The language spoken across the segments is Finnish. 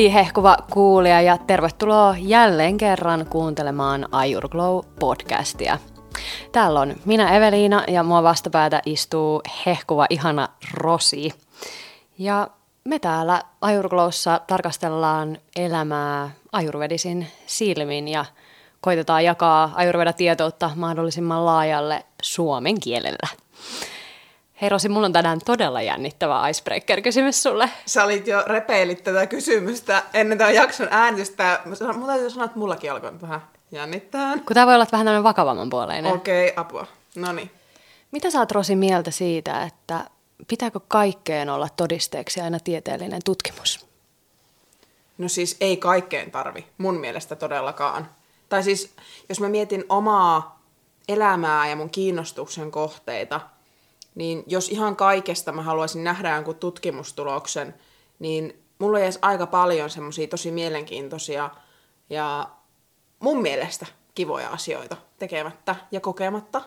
Hei hehkuva kuulija ja tervetuloa jälleen kerran kuuntelemaan Ayurglow-podcastia. Täällä on minä Eveliina ja mua vastapäätä istuu hehkuva ihana Rosi. Ja me täällä Ayurglowssa tarkastellaan elämää ayurvedisin silmin ja koitetaan jakaa ayurveda-tietoutta mahdollisimman laajalle suomen kielellä. Hei Rosi, mulla on tänään todella jännittävä icebreaker-kysymys sulle. Sä olit jo repeilit tätä kysymystä ennen tämän jakson äänitystä. Mun täytyy sanoa, että mullakin alkoi vähän jännittää. Kun tää voi olla vähän tämmöinen vakavamman puoleinen. Okei, apua. Noniin. Mitä sä oot Rosi mieltä siitä, että pitääkö kaikkeen olla todisteeksi aina tieteellinen tutkimus? No siis ei kaikkeen tarvi, mun mielestä todellakaan. Tai siis, jos mä mietin omaa elämää ja mun kiinnostuksen kohteita, niin jos ihan kaikesta mä haluaisin nähdä jonkun tutkimustuloksen, niin mulla jäisi aika paljon semmosia tosi mielenkiintoisia ja mun mielestä kivoja asioita tekemättä ja kokematta.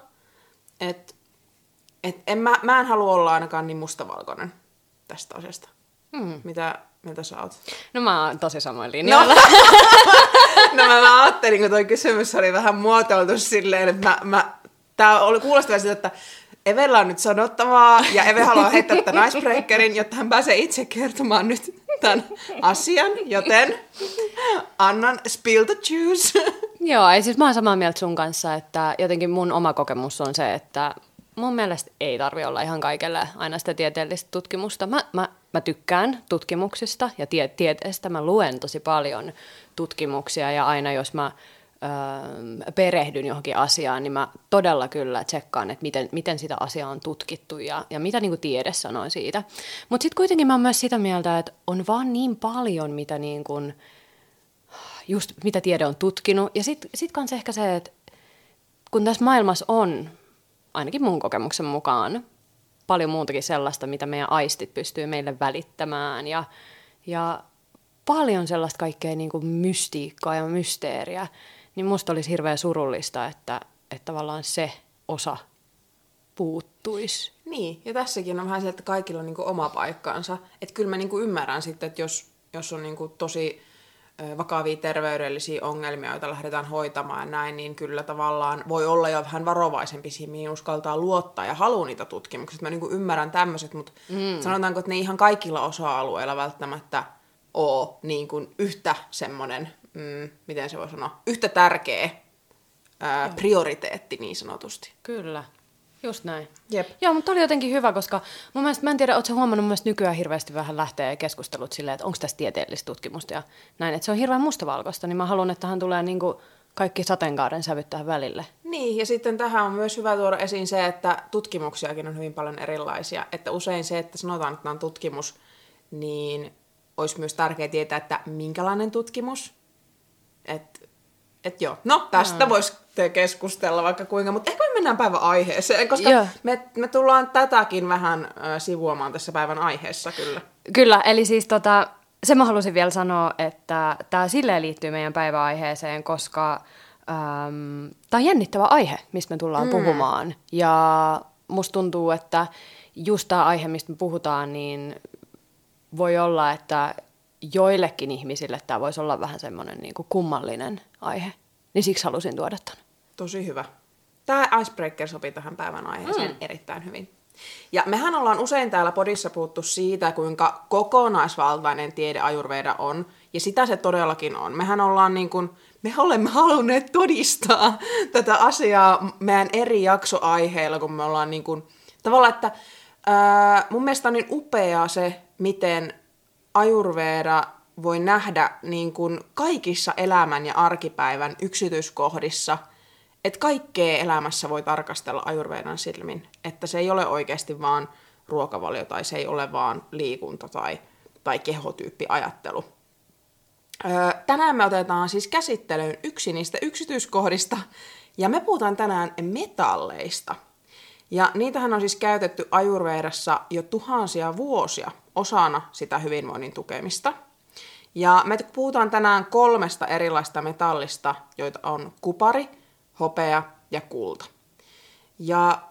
Mä en halua olla ainakaan niin mustavalkoinen tästä asiasta. Mitä sä oot? No mä oon tosi samoin linjalla. No mä ajattelin, kun toi kysymys oli vähän muotoiltu silleen, että tää oli kuulostava siltä, että Evellä on nyt sanottavaa, ja Eve haluaa heittää tämän icebreakerin, jotta hän pääsee itse kertomaan nyt tämän asian, joten annan spill the juice. Joo, ei siis mä oon samaa mieltä sun kanssa, että jotenkin mun oma kokemus on se, että mun mielestä ei tarvi olla ihan kaikelle aina sitä tieteellistä tutkimusta. Mä tykkään tutkimuksista ja tieteestä, mä luen tosi paljon tutkimuksia, ja aina jos mä perehdyn johonkin asiaan, niin mä todella kyllä tsekkaan, että miten sitä asiaa on tutkittu ja mitä niin kuin tiede sanoo siitä. Mutta sitten kuitenkin mä oon myös sitä mieltä, että on vaan niin paljon, mitä tiede on tutkinut. Ja sit kans ehkä se, että kun tässä maailmassa on, ainakin mun kokemuksen mukaan, paljon muutakin sellaista, mitä meidän aistit pystyy meille välittämään ja paljon sellaista kaikkea niin kuin mystiikkaa ja mysteeriä, niin musta olisi hirveän surullista, että tavallaan se osa puuttuisi. Niin, ja tässäkin on vähän se, että kaikilla on niin kuin oma paikkaansa. Että kyllä mä niin kuin ymmärrän sitten, että jos on niin kuin tosi vakavia terveydellisiä ongelmia, joita lähdetään hoitamaan ja näin, niin kyllä tavallaan voi olla jo vähän varovaisempi siihen, mihin uskaltaa luottaa ja haluaa niitä tutkimuksia. Mä niin kuin ymmärrän tämmöiset, mutta sanotaanko, että ne ihan kaikilla osa-alueilla välttämättä ole niin kuin yhtä semmoinen, miten se voi sanoa, yhtä tärkeä prioriteetti niin sanotusti. Kyllä, just näin. Jep. Joo, mutta oli jotenkin hyvä, koska mun mielestä, mä en tiedä, ootko huomannut, mun mielestä nykyään hirveästi vähän lähtee keskustelut silleen, että onko tässä tieteellistä tutkimusta ja näin, että se on hirveän mustavalkoista, niin mä haluan, että tähän tulee niin kuin kaikki sateenkaaren sävyt tähän välille. Niin, ja sitten tähän on myös hyvä tuoda esiin se, että tutkimuksiakin on hyvin paljon erilaisia, että usein se, että sanotaan, että tämä on tutkimus, niin olisi myös tärkeää tietää, että minkälainen tutkimus. Joo, no tästä voisi keskustella vaikka kuinka, mutta ehkä me mennään päivän aiheeseen, koska me tullaan tätäkin vähän sivuamaan tässä päivän aiheessa kyllä. Kyllä, eli siis se mä halusin vielä sanoa, että tämä silleen liittyy meidän päivän aiheeseen, koska tämä on jännittävä aihe, mistä me tullaan puhumaan. Ja musta tuntuu, että just tämä aihe, mistä me puhutaan, niin voi olla, että joillekin ihmisille tämä voisi olla vähän semmoinen niin kuin kummallinen aihe. Niin siksi halusin tuoda ton. Tosi hyvä. Tämä icebreaker sopii tähän päivän aiheeseen erittäin hyvin. Ja mehän ollaan usein täällä podissa puhuttu siitä, kuinka kokonaisvaltainen tiede Ayurveda on. Ja sitä se todellakin on. Mehän ollaan niin kuin, me olemme halunneet todistaa tätä asiaa meidän eri jaksoaiheilla, kun me ollaan niin kuin, tavallaan, että mun mielestä on niin upeaa se, miten Ayurveda voi nähdä niin kuin kaikissa elämän ja arkipäivän yksityiskohdissa, että kaikkea elämässä voi tarkastella Ayurvedan silmin, että se ei ole oikeasti vaan ruokavalio tai se ei ole vaan liikunta tai kehotyyppiajattelu. Tänään me otetaan siis käsittelyyn yksi niistä yksityiskohdista ja me puhutaan tänään metalleista. Ja niitähän on siis käytetty Ayurvedassa jo tuhansia vuosia osana sitä hyvinvoinnin tukemista. Ja me puhutaan tänään 3 erilaista metallista, joita on kupari, hopea ja kulta. Ja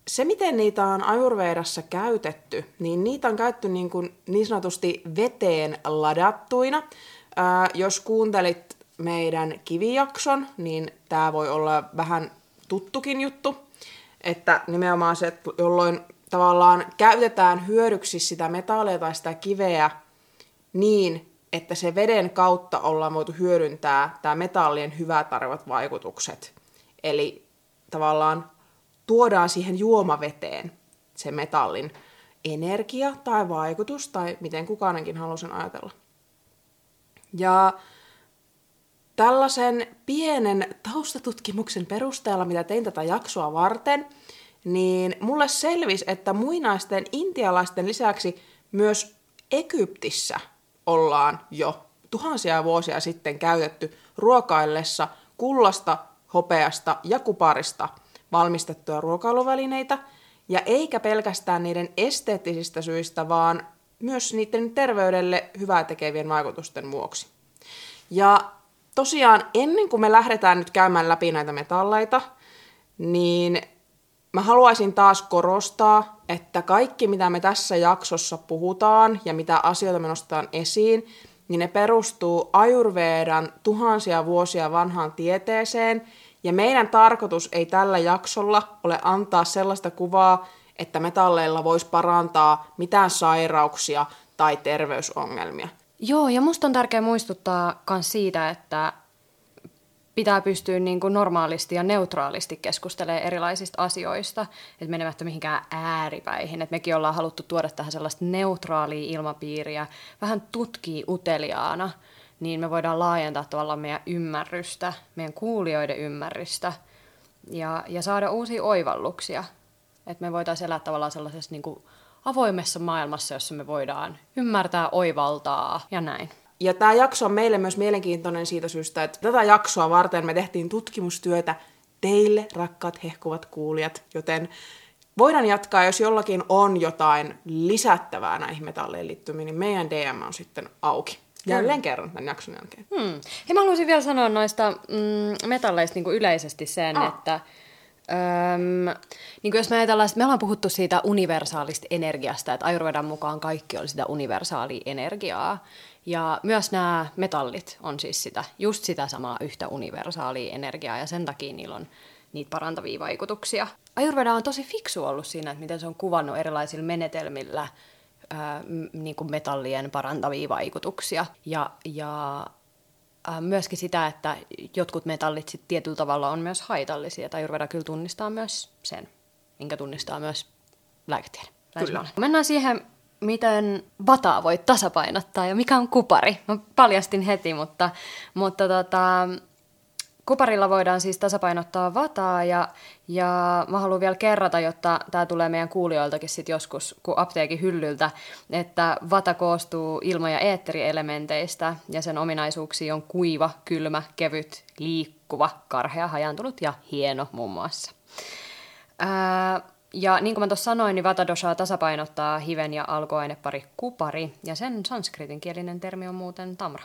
se, miten niitä on Ayurvedassa käytetty, niin niitä on käytetty niin sanotusti veteen ladattuina. Jos kuuntelit meidän kivijakson, niin tämä voi olla vähän tuttukin juttu, että nimenomaan se, jolloin tavallaan käytetään hyödyksi sitä metallia tai sitä kiveä niin, että se veden kautta ollaan voitu hyödyntää tämä metallien hyvät tarjoavat vaikutukset. Eli tavallaan tuodaan siihen juomaveteen se metallin energia tai vaikutus, tai miten kukaanenkin haluaa sen ajatella. Ja tällaisen pienen taustatutkimuksen perusteella, mitä tein tätä jaksoa varten, niin mulle selvisi, että muinaisten intialaisten lisäksi myös Egyptissä ollaan jo tuhansia vuosia sitten käytetty ruokaillessa kullasta, hopeasta ja kuparista valmistettuja ruokailuvälineitä, ja eikä pelkästään niiden esteettisistä syistä, vaan myös niiden terveydelle hyvää tekevien vaikutusten vuoksi. Ja tosiaan ennen kuin me lähdetään nyt käymään läpi näitä metalleita, niin mä haluaisin taas korostaa, että kaikki mitä me tässä jaksossa puhutaan ja mitä asioita me nostetaan esiin, niin ne perustuu Ayurvedan tuhansia vuosia vanhaan tieteeseen, ja meidän tarkoitus ei tällä jaksolla ole antaa sellaista kuvaa, että metalleilla voisi parantaa mitään sairauksia tai terveysongelmia. Joo, ja musta on tärkeää muistuttaa myös siitä, että pitää pystyä niin kuin normaalisti ja neutraalisti keskustelemaan erilaisista asioista, että menemättä mihinkään ääripäihin. Et mekin ollaan haluttu tuoda tähän sellaista neutraalia ilmapiiriä, vähän tutkii uteliaana, niin me voidaan laajentaa tavallaan meidän ymmärrystä, meidän kuulijoiden ymmärrystä ja saada uusia oivalluksia. Että me voitaisiin elää tavallaan sellaisessa niin kuin avoimessa maailmassa, jossa me voidaan ymmärtää, oivaltaa ja näin. Ja tämä jakso on meille myös mielenkiintoinen siitä syystä, että tätä jaksoa varten me tehtiin tutkimustyötä teille, rakkaat hehkuvat kuulijat, joten voidaan jatkaa, jos jollakin on jotain lisättävää näihin metalleihin liittymiin, niin meidän DM on sitten auki. Jälleen kerran tämän jakson jälkeen. Hei, mä haluaisin vielä sanoa noista metalleista niin kuin yleisesti sen, että niin kuin jos me ajatellaan, että me ollaan puhuttu siitä universaalista energiasta, että Ayurvedan mukaan kaikki on sitä universaalia energiaa, ja myös nämä metallit on siis just sitä samaa yhtä universaalia energiaa, ja sen takia niillä on niitä parantavia vaikutuksia. Ayurveda on tosi fiksu ollut siinä, että miten se on kuvannut erilaisilla menetelmillä niin kuin metallien parantavia vaikutuksia, ja myöskin sitä, että jotkut metallit sit tietyllä tavalla on myös haitallisia. Ayurveda kyllä tunnistaa myös sen, minkä tunnistaa myös lääketiede. Mennään siihen, miten vataa voi tasapainottaa ja mikä on kupari. Mä paljastin heti, mutta kuparilla voidaan siis tasapainottaa vataa ja mä haluan vielä kerrata, jotta tämä tulee meidän kuulijoiltakin sit joskus kun apteekin hyllyltä, että vata koostuu ilma- ja eetterielementeistä ja sen ominaisuuksia on kuiva, kylmä, kevyt, liikkuva, karhea, hajaantunut ja hieno muun muassa. Ja niin kuin mä tuossa sanoin, niin vata doshaa tasapainottaa hiven ja alkuainepari kupari ja sen sanskritinkielinen termi on muuten tamra.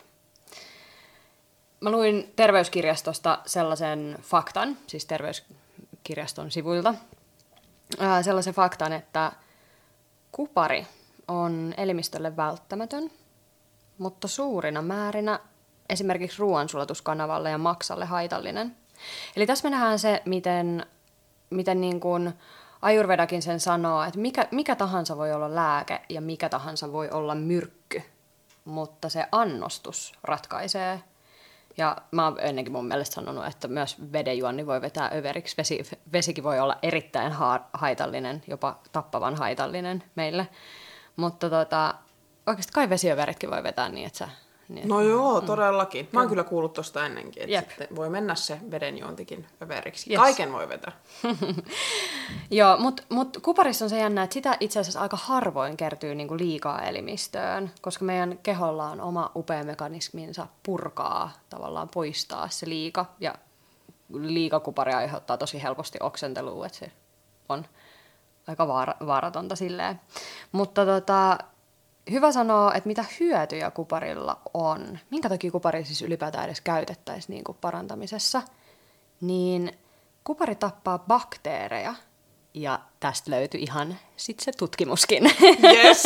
Mä luin terveyskirjastosta sellaisen faktan, siis terveyskirjaston sivuilta, sellaisen faktan, että kupari on elimistölle välttämätön, mutta suurina määrinä esimerkiksi ruoansulatuskanavalle ja maksalle haitallinen. Eli tässä me nähdään se, miten niin kuin Ayurvedakin sen sanoo, että mikä tahansa voi olla lääke ja mikä tahansa voi olla myrkky, mutta se annostus ratkaisee. Ja mä oon ennenkin mun mielestä sanonut, että myös vedenjuonni voi vetää överiksi. Vesikin voi olla erittäin haitallinen, jopa tappavan haitallinen meille. Mutta oikeasti kai vesiöveritkin voi vetää niin, että sä... Niin, no joo, todellakin. Mä oon kyllä kuullut tosta ennenkin, että voi mennä se vedenjuontikin överiksi. Yes. Kaiken voi vetää. Joo, mutta kuparissa on se jännä, että sitä itse asiassa aika harvoin kertyy niinku liikaa elimistöön, koska meidän keholla on oma upea mekanisminsa purkaa, tavallaan poistaa se liika. Ja liikakupari aiheuttaa tosi helposti oksentelua, että se on aika vaaratonta silleen. Mutta hyvä sanoa, että mitä hyötyjä kuparilla on, minkä takia kupari siis ylipäätään edes käytettäisiin niin kuin parantamisessa, niin kupari tappaa bakteereja Ja tästä löytyi ihan sit se tutkimuskin. Yes!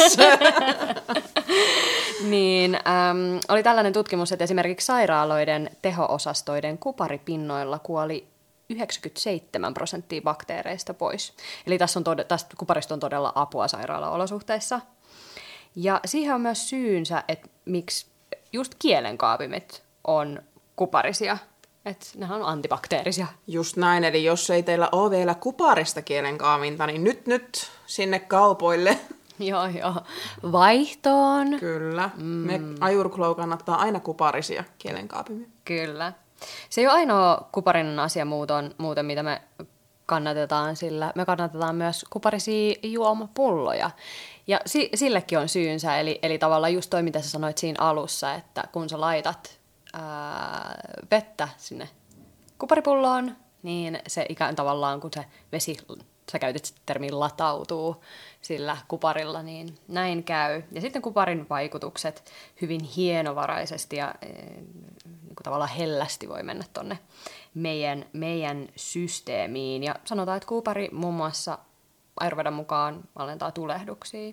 Niin, oli tällainen tutkimus, että esimerkiksi sairaaloiden teho-osastoiden kuparipinnoilla kuoli 97% bakteereista pois. Eli tästä kuparista on todella apua sairaalaolosuhteissa. Ja siihen on myös syynsä, että miksi just kielenkaapimet on kuparisia. Että nehän on antibakteerisia. Just näin, eli jos ei teillä ole vielä kuparista kielenkaavinta, niin nyt sinne kaupoille. Joo. Vaihtoon. Kyllä. Me Ajurglow kannattaa aina kuparisia kielenkaapimia. Kyllä. Se ei ole ainoa kuparinen asia muuten, mitä me kannatetaan, sillä me kannatetaan myös kuparisia juomapulloja. Ja sillekin on syynsä, eli tavallaan just toi, mitä sä sanoit siinä alussa, että kun sä laitat vettä sinne kuparipulloon, niin se ikään tavallaan, kun se vesi, sä käytit sitä termiä latautuu sillä kuparilla, niin näin käy. Ja sitten kuparin vaikutukset hyvin hienovaraisesti ja niin kuin tavallaan hellästi voi mennä tonne meidän systeemiin. Ja sanotaan, että kupari muun muassa Ayurvedan mukaan alentaa tulehduksia.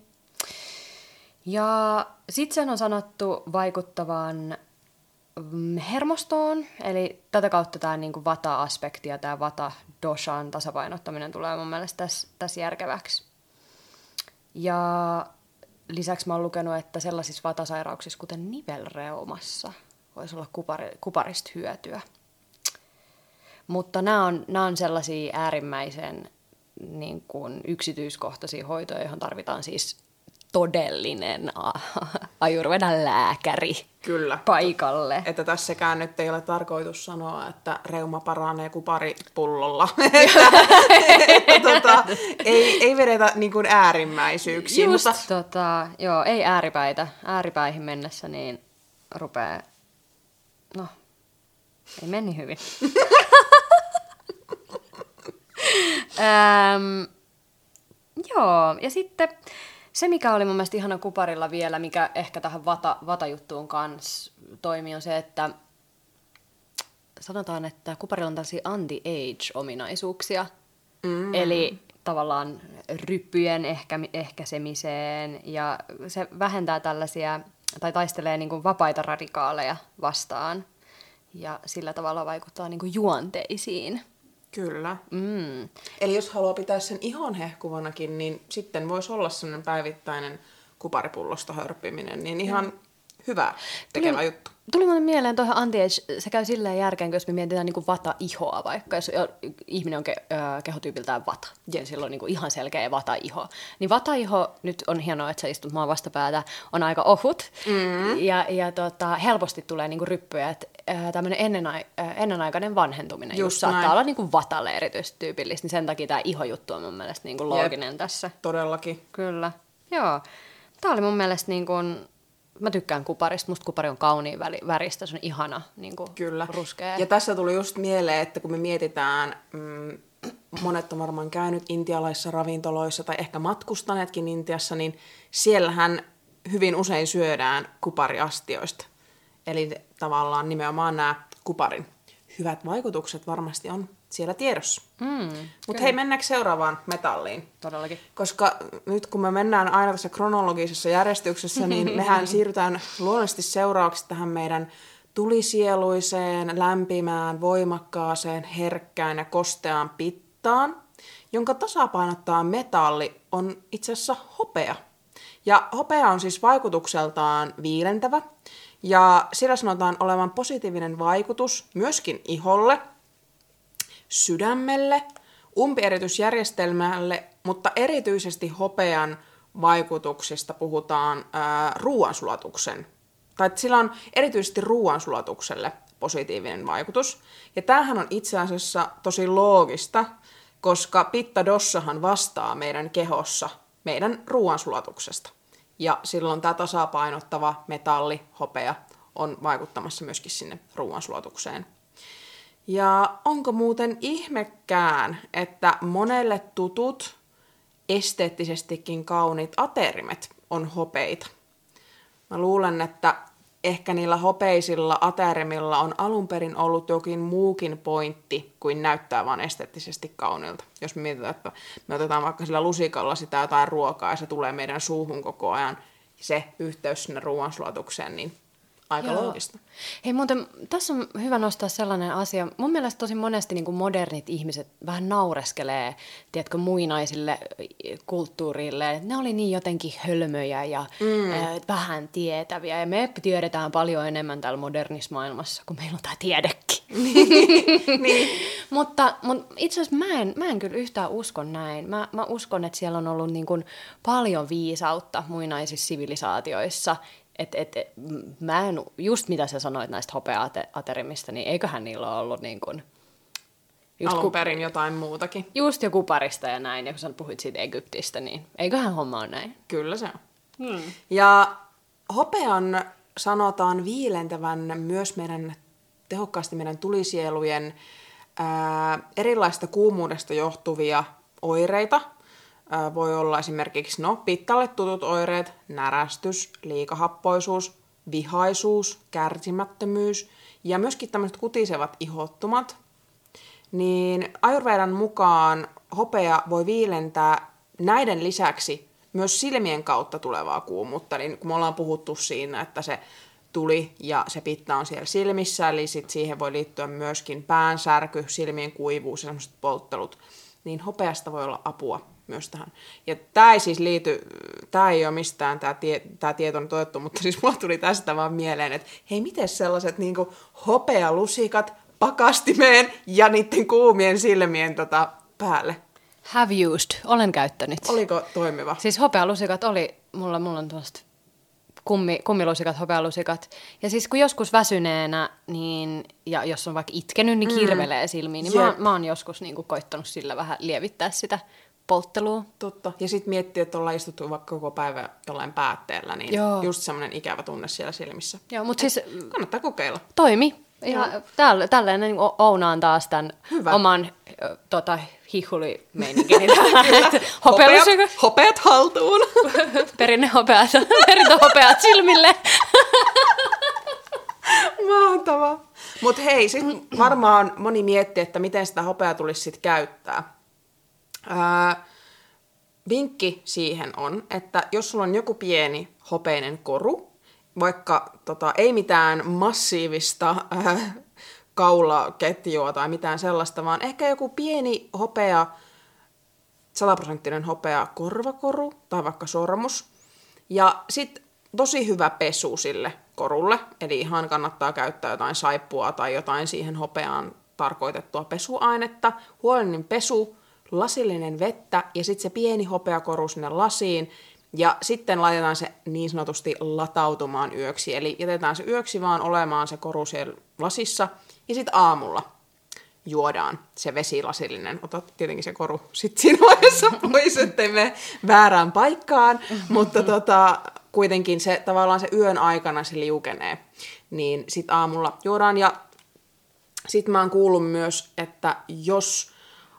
Ja sitten sen on sanottu vaikuttavan hermostoon, eli tätä kautta tämä niinku vata-aspekti ja tämä vata-doshan tasapainottaminen tulee mun mielestä tässä järkeväksi. Ja lisäksi mä oon lukenut, että sellaisissa vatasairauksissa, kuten nivelreumassa, voisi olla kuparista hyötyä. Mutta nämä on sellaisia äärimmäisen niin kuin yksityiskohtaisia hoitoja, joihin tarvitaan siis todellinen Ayurvedan lääkäri. Kyllä. Paikalle. Että tässäkään nyt ei ole tarkoitus sanoa, että reuma paranee kuparipullolla. Ei vedetä niin kuin äärimmäisyyksiin. Just, mutta joo, ei ääripäitä. Ääripäihin mennessä niin rupeaa, no, ei meni hyvin. Joo, ja sitten se, mikä oli mun mielestä ihana kuparilla vielä, mikä ehkä tähän vata-juttuun kanssa toimii, on se, että sanotaan, että kuparilla on tällaisia anti-age-ominaisuuksia. Eli tavallaan ryppyjen ehkäisemiseen, ja se vähentää tällaisia, tai taistelee niin kuin vapaita radikaaleja vastaan, ja sillä tavalla vaikuttaa niin kuin juonteisiin. Kyllä. Eli jos haluaa pitää sen ihon hehkuvanakin, niin sitten voisi olla sellainen päivittäinen kuparipullosta hörppiminen, niin ihan hyvä tekevä juttu. Tuli muuten mieleen tuohon anti-age, se käy silleen järkeen, jos me mietitään niin kuin vata-ihoa vaikka, jos ihminen on kehotyypiltään vata, ja sillä on niin kuin ihan selkeä vata-iho. Niin vata-iho, nyt on hienoa, että sä istut maan vastapäätä, on aika ohut, ja helposti tulee niin kuin ryppyjä, että tämmöinen ennenaikainen vanhentuminen just saattaa olla niin kuin vatalle erityisesti tyypillistä, niin sen takia tämä ihojuttu on mun mielestä niin kuin looginen tässä. Todellakin. Kyllä, joo. Tämä oli mun mielestä niin kuin, mä tykkään kuparista, musta kupari on kauniin väristä, se on ihana niin kuin kyllä. ruskea. Ja tässä tuli just mieleen, että kun me mietitään, monet on varmaan käynyt intialaisissa ravintoloissa tai ehkä matkustaneetkin Intiassa, niin siellähän hyvin usein syödään kupariastioista. Eli tavallaan nimenomaan nämä kuparin hyvät vaikutukset varmasti on siellä tiedossa. Mutta hei, mennäänkö seuraavaan metalliin? Todellakin. Koska nyt kun me mennään aina tässä kronologisessa järjestyksessä, niin mehän siirrytään luonnollisesti seuraavaksi tähän meidän tulisieluiseen, lämpimään, voimakkaaseen, herkkään ja kosteaan pittaan, jonka tasapainottaa metalli on itse asiassa hopea. Ja hopea on siis vaikutukseltaan viilentävä, ja sillä sanotaan olevan positiivinen vaikutus myöskin iholle, sydämelle, umpieritysjärjestelmälle, mutta erityisesti hopean vaikutuksista puhutaan ruoansulatuksen. Tai sillä on erityisesti ruoansulatukselle positiivinen vaikutus. Ja tämähän on itse asiassa tosi loogista, koska pitta dossahan vastaa meidän kehossa meidän ruoansulatuksesta. Ja silloin tämä tasapainottava metalli, hopea, on vaikuttamassa myöskin sinne ruoansulatukseen. Ja onko muuten ihmekään, että monelle tutut, esteettisestikin kauniit aterimet on hopeita? Mä luulen, että ehkä niillä hopeisilla aterimilla on alun perin ollut jokin muukin pointti kuin näyttää vaan esteettisesti kauniilta. Jos me mietitään, että me otetaan vaikka sillä lusikalla sitä jotain ruokaa ja se tulee meidän suuhun koko ajan, se yhteys sinne ruoansulatukseen, niin aika loogista. Hei muuten, tässä on hyvä nostaa sellainen asia. Mun mielestä tosi monesti niin kuin modernit ihmiset vähän naureskelee, tiedätkö, muinaisille kulttuurille. Ne oli niin jotenkin hölmöjä ja vähän tietäviä. Ja me tiedetään paljon enemmän täällä modernissa maailmassa, kun meillä on tämä tiedekin. Niin. Mutta itse asiassa mä en kyllä yhtään usko näin. Mä uskon, että siellä on ollut niin kuin paljon viisautta muinaisissa sivilisaatioissa. Mä en, just mitä sä sanoit näistä hopea-aterimista, niin eiköhän niillä ole ollut niin kuin... Alun perin jotain muutakin. Just joku parista ja näin, ja kun sä puhuit siitä Egyptistä, niin eiköhän homma ole näin. Kyllä se on. Ja hopean sanotaan viilentävän myös tehokkaasti meidän tulisielujen erilaisista kuumuudesta johtuvia oireita. Voi olla esimerkiksi pittalle tutut oireet, närästys, liikahappoisuus, vihaisuus, kärsimättömyys ja myöskin tämmöiset kutisevat ihottumat. Niin Ayurvedan mukaan hopea voi viilentää näiden lisäksi myös silmien kautta tulevaa kuumuutta. Niin kun me ollaan puhuttu siinä, että se tuli ja se pitta on siellä silmissä, eli sit siihen voi liittyä myöskin päänsärky, silmien kuivuus ja sellaiset polttelut, niin hopeasta voi olla apua myös tähän. Ja tämä ei siis liity, tämä ei ole mistään, tämä tieto on todettu, mutta siis mulla tuli tästä vaan mieleen, että hei, miten sellaiset niinku hopealusikat pakastimeen ja niiden kuumien silmien päälle? Have used, olen käyttänyt. Oliko toimiva? Siis hopealusikat oli, mulla on tuosta kummilusikat, hopealusikat. Ja siis kun joskus väsyneenä, niin, ja jos on vaikka itkenyt, niin kirvelee silmiin, niin mä oon joskus niin kuin koittanut sillä vähän lievittää sitä polttelua. Totta. Ja sitten miettii, että ollaan istuttu vaikka koko päivä jollain päätteellä, niin just semmoinen ikävä tunne siellä silmissä. Joo, mutta siis... Kannattaa kokeilla. Toimi. Ja tälleen niin ounaan taas tämän oman hihulimeiningin. Hopeat haltuun. Perinnehopeat silmille. Mahtavaa. Mutta hei, sit varmaan moni miettii, että miten sitä hopeaa tulisi sit käyttää. Vinkki siihen on, että jos sulla on joku pieni hopeinen koru, vaikka ei mitään massiivista kaulaketjua tai mitään sellaista, vaan ehkä joku pieni 100% hopea korvakoru tai vaikka sormus. Ja sitten tosi hyvä pesu sille korulle, eli ihan kannattaa käyttää jotain saippua tai jotain siihen hopeaan tarkoitettua pesuainetta. Huolellinen pesu, lasillinen vettä ja sitten se pieni hopeakoru sinne lasiin. Ja sitten laitetaan se niin sanotusti latautumaan yöksi, eli jätetään se yöksi vaan olemaan se koru siellä lasissa, ja sitten aamulla juodaan se vesilasillinen. Otat tietenkin se koru sitten siinä vaiheessa pois, ettei mene väärään paikkaan, mutta kuitenkin se tavallaan se yön aikana se liukenee, niin sitten aamulla juodaan. Ja sitten mä oon kuullut myös, että jos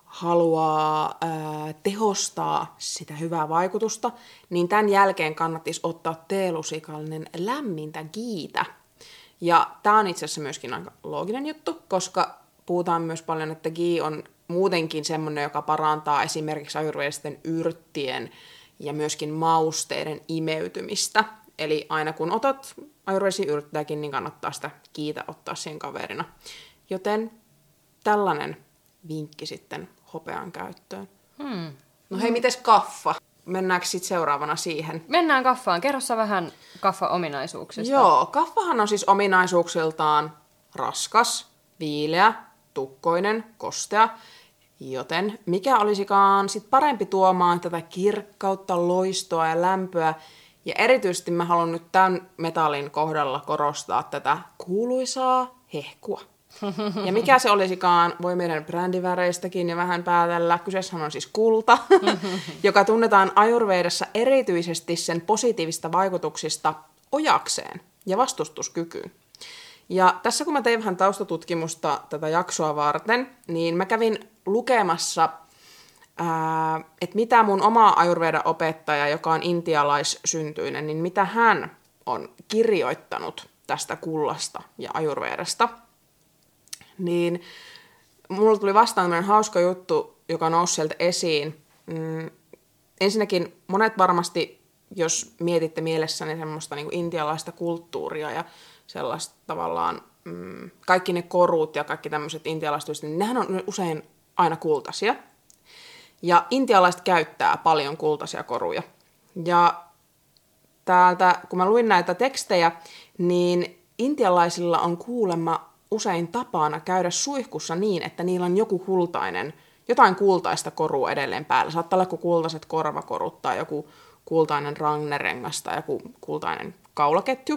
haluaa tehostaa sitä hyvää vaikutusta, niin tämän jälkeen kannattaisi ottaa teelusikallinen lämmintä giitä. Ja tämä on itse asiassa myöskin aika looginen juttu, koska puhutaan myös paljon, että ghee on muutenkin semmoinen, joka parantaa esimerkiksi ayurvedisten yrttien ja myöskin mausteiden imeytymistä. Eli aina kun otat ayurvedisia yrttejäkin, niin kannattaa sitä gheetä ottaa siihen kaverina. Joten tällainen vinkki sitten hopean käyttöön. No hei, mites kaffa? Mennäänkö sitten seuraavana siihen? Mennään kaffaan. Kerro sä vähän kaffa-ominaisuuksista. Joo, kaffahan on siis ominaisuuksiltaan raskas, viileä, tukkoinen, kostea. Joten mikä olisikaan sit parempi tuomaan tätä kirkkautta, loistoa ja lämpöä. Ja erityisesti mä haluan nyt tämän metallin kohdalla korostaa tätä kuuluisaa hehkua. Ja mikä se olisikaan, voi meidän brändiväreistäkin ja vähän päätellä. Kyseessähän on siis kulta, joka tunnetaan Ayurvedassa erityisesti sen positiivista vaikutuksista ojakseen ja vastustuskykyyn. Ja tässä kun mä tein vähän taustatutkimusta tätä jaksoa varten, niin mä kävin lukemassa, että mitä mun oma Ayurveda-opettaja, joka on intialaissyntyinen, niin mitä hän on kirjoittanut tästä kullasta ja ajurvedasta, niin mulla tuli vastaan tämmöinen hauska juttu, joka nousi sieltä esiin. Ensinnäkin monet varmasti, jos mietitte mielessäni semmoista niin kuin intialaista kulttuuria ja sellaista tavallaan, kaikki ne korut ja kaikki tämmöiset intialaiset, niin nehän on usein aina kultaisia. Ja intialaiset käyttää paljon kultaisia koruja. Ja täältä, kun mä luin näitä tekstejä, niin intialaisilla on kuulemma usein tapana käydä suihkussa niin, että niillä on jotain kultaista korua edelleen päällä. Saattaa olla joku kultaiset korvakorut tai joku kultainen rangnerengas tai joku kultainen kaulaketju.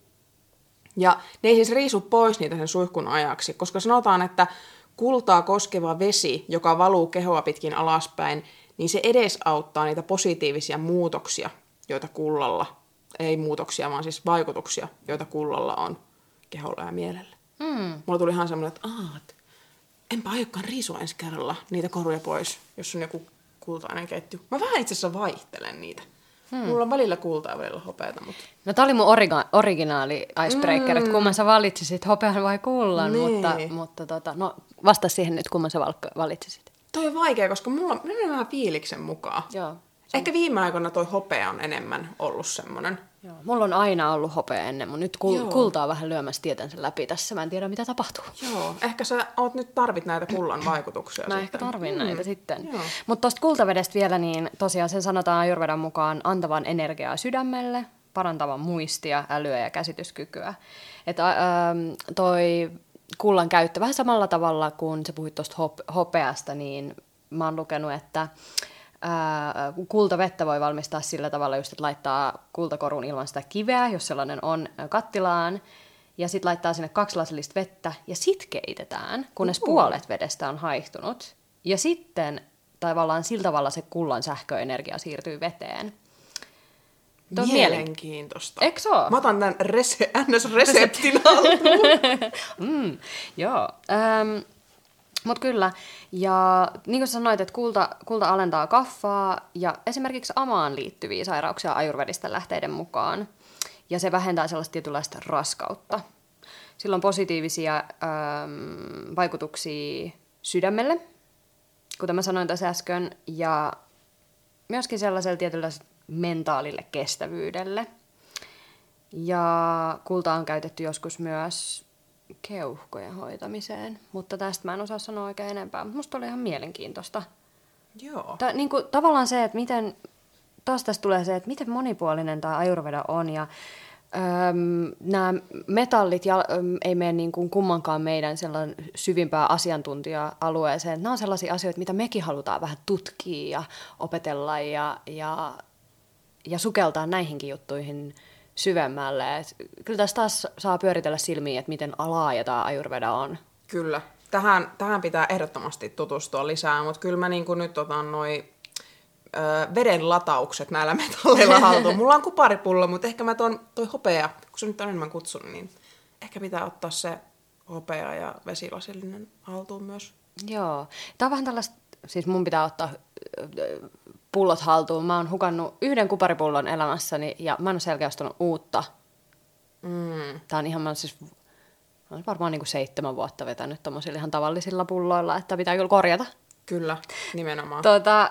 Ja ne ei siis riisu pois niitä sen suihkun ajaksi, koska sanotaan, että kultaa koskeva vesi, joka valuu kehoa pitkin alaspäin, niin se edesauttaa niitä positiivisia muutoksia, joita kullalla, ei muutoksia, vaan siis vaikutuksia, joita kullalla on keholla ja mielellä. Mulla tuli ihan semmoinen, että enpä aiokkaan riisua ensi kerralla niitä koruja pois, jos on joku kultainen ketju. Mä vähän itse asiassa vaihtelen niitä. Mulla on välillä kultaa ja välillä hopeata. Mutta... No tää oli mun originaali icebreaker, että kumman sä valitsisit, hopean vai kullan, mutta no vasta siihen nyt, kumman sä valitsisit. Toi on vaikea, koska mulla menee vähän fiiliksen mukaan. Joo. Ehkä viime aikoina toi hopea on enemmän ollut semmonen. Joo. Mulla on aina ollut hopea ennen, mutta nyt kultaa vähän lyömässä tietänsä läpi tässä. Mä en tiedä, mitä tapahtuu. Joo, ehkä sä tarvit näitä kullan vaikutuksia. Mä ehkä tarvin näitä sitten. Mutta tuosta kultavedestä vielä, niin tosiaan sen sanotaan Ayurvedan mukaan antavan energiaa sydämelle, parantavan muistia, älyä ja käsityskykyä. Että toi kullan käyttö vähän samalla tavalla, kun sä puhuit tuosta hopeasta, niin mä oon lukenut, että kultavettä voi valmistaa sillä tavalla, just, että laittaa kultakorun ilman sitä kiveä, jos sellainen on, kattilaan, ja sitten laittaa sinne 2 lasillista vettä, ja sit keitetään, kunnes puolet vedestä on haihtunut. Ja sitten tavallaan sillä tavalla se kullan sähköenergia siirtyy veteen. Mielenkiintoista. Eikö se ole? Mä otan tämän NS-reseptin altuun. Joo. Mutta kyllä, ja niin kuin sanoit, että kulta alentaa kaffaa ja esimerkiksi amaan liittyviä sairauksia ajurvedisten lähteiden mukaan. Ja se vähentää sellaista tietynlaista raskautta. Sillä on positiivisia vaikutuksia sydämelle, kuten mä sanoin tässä äsken, ja myöskin sellaiselle tietynlaiselle mentaalille kestävyydelle. Ja kultaa on käytetty joskus myös keuhkojen hoitamiseen, mutta tästä mä en osaa sanoa oikein enempää. Mutta musta oli ihan mielenkiintoista. Joo. Niinku, tavallaan se, että miten, taas tästä tulee se, että miten monipuolinen tämä Ayurveda on, ja nämä metallit ei mene niin kuin kummankaan meidän sellainen syvimpää asiantuntija-alueeseen. Nämä on sellaisia asioita, mitä mekin halutaan vähän tutkia ja opetella ja sukeltaa näihinkin juttuihin syvemmälle. Et kyllä tässä taas saa pyöritellä silmiin, että miten laaja tämä Ayurveda on. Kyllä. Tähän pitää ehdottomasti tutustua lisää, mutta kyllä mä niin kuin nyt otan veden lataukset näillä metalleilla haltuun. Mulla on kuparipullo, mutta ehkä mä toi hopea, kun se nyt on enemmän kutsunut, niin ehkä pitää ottaa se hopea ja vesilasillinen haltuun myös. Joo. Tämä on vähän tällaista, siis mun pitää ottaa pullot haltuun. Mä oon hukannut 1 kuparipullon elämässäni ja mä en ole selkeästi ostanut uutta. Tää on ihan, mä oon varmaan niin kuin 7 vuotta vetänyt tommosilla ihan tavallisilla pulloilla, että pitää kyllä korjata. Kyllä, nimenomaan.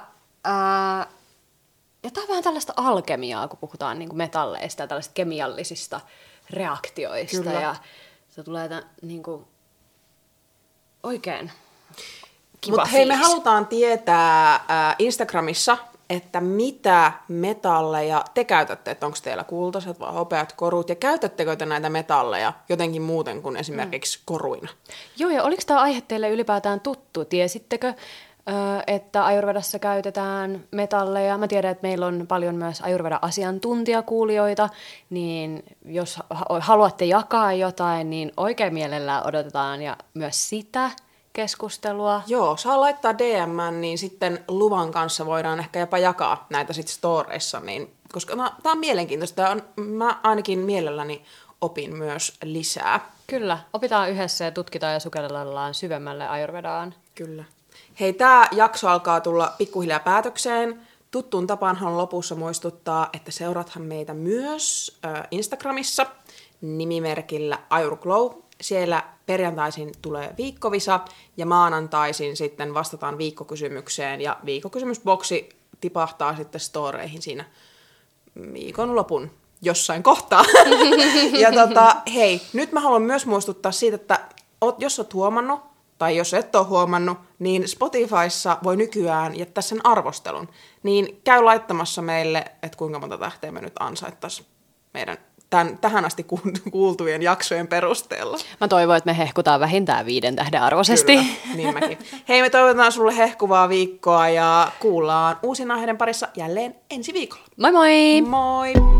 Ja tää on vähän tällaista alkemiaa, kun puhutaan niin kuin metalleista ja tällaisista kemiallisista reaktioista. Kyllä. Ja se tulee niin kuin oikein kiva Mutta hei, me fiilis. halutaan tietää Instagramissa, että mitä metalleja te käytätte, että onko teillä kultaiset vai hopeat korut, ja käytättekö te näitä metalleja jotenkin muuten kuin esimerkiksi koruina? Joo, ja oliko tämä aihe teille ylipäätään tuttu? Tiesittekö, että Ayurvedassa käytetään metalleja? Mä tiedän, että meillä on paljon myös Ayurveda-asiantuntijakuulijoita, niin jos haluatte jakaa jotain, niin oikein mielellään odotetaan ja myös sitä keskustelua. Joo, saa laittaa DM:ään, niin sitten luvan kanssa voidaan ehkä jopa jakaa näitä sitten storeissa, niin, koska tämä on mielenkiintoista. Mä ainakin mielelläni opin myös lisää. Kyllä, opitaan yhdessä ja tutkitaan ja sukelletaan syvemmälle Ayurvedaan. Kyllä. Hei, tämä jakso alkaa tulla pikkuhiljaa päätökseen. Tuttuun tapaan haluan lopussa muistuttaa, että seuraathan meitä myös Instagramissa nimimerkillä Ayurglow. Siellä perjantaisin tulee viikkovisa ja maanantaisin sitten vastataan viikkokysymykseen ja viikkokysymysboksi tipahtaa sitten storeihin siinä viikonlopun jossain kohtaa. Ja hei, nyt mä haluan myös muistuttaa siitä, että jos oot huomannut, tai jos et ole huomannut, niin Spotifyssa voi nykyään jättää sen arvostelun. Niin käy laittamassa meille, että kuinka monta tähteä me nyt ansaittaisiin meidän tähän asti kuultujen jaksojen perusteella. Mä toivon, että me hehkutaan vähintään 5 tähden arvoisesti. Kyllä, niin mäkin. Hei, me toivotaan sulle hehkuvaa viikkoa ja kuullaan uusien aiheiden parissa jälleen ensi viikolla. Moi moi! Moi!